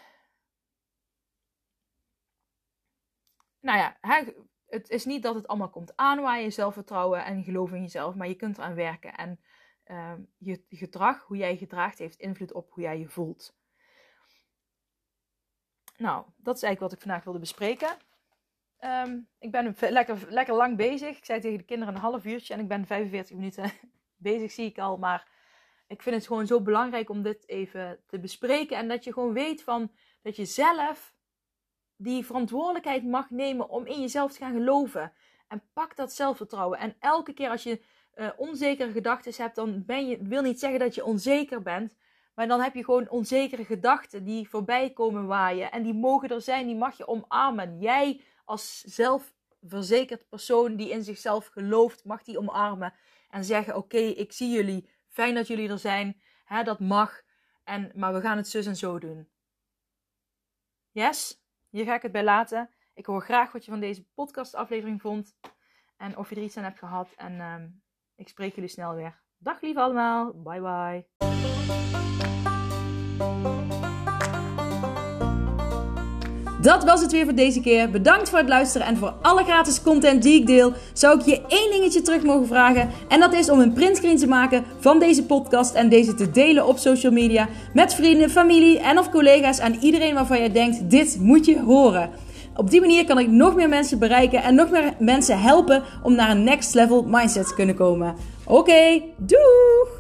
nou ja, hè, het is niet dat het allemaal komt aanwaaien, zelfvertrouwen en geloof in jezelf, maar je kunt eraan werken. En um, je gedrag, hoe jij je gedraagt, heeft invloed op hoe jij je voelt. Nou, dat is eigenlijk wat ik vandaag wilde bespreken. Um, ik ben lekker, lekker lang bezig. Ik zei tegen de kinderen een half uurtje en ik ben vijfenveertig minuten bezig, zie ik al. Maar ik vind het gewoon zo belangrijk om dit even te bespreken. En dat je gewoon weet van, dat je zelf die verantwoordelijkheid mag nemen om in jezelf te gaan geloven. En pak dat zelfvertrouwen. En elke keer als je uh, onzekere gedachten hebt, dan ben je, wil niet zeggen dat je onzeker bent. Maar dan heb je gewoon onzekere gedachten die voorbij komen waaien. En die mogen er zijn, die mag je omarmen. Jij als zelfverzekerd persoon die in zichzelf gelooft, mag die omarmen. En zeggen, oké, okay, ik zie jullie. Fijn dat jullie er zijn. Hè, dat mag. En, maar we gaan het zus en zo doen. Yes? Hier ga ik het bij laten. Ik hoor graag wat je van deze podcastaflevering vond. En of je er iets aan hebt gehad. En um, ik spreek jullie snel weer. Dag lief allemaal. Bye bye. Dat was het weer voor deze keer. Bedankt voor het luisteren en voor alle gratis content die ik deel. Zou ik je één dingetje terug mogen vragen. En dat is om een printscreen te maken van deze podcast en deze te delen op social media. Met vrienden, familie en of collega's en iedereen waarvan je denkt, dit moet je horen. Op die manier kan ik nog meer mensen bereiken en nog meer mensen helpen om naar een next level mindset te kunnen komen. Oké, okay, doeg!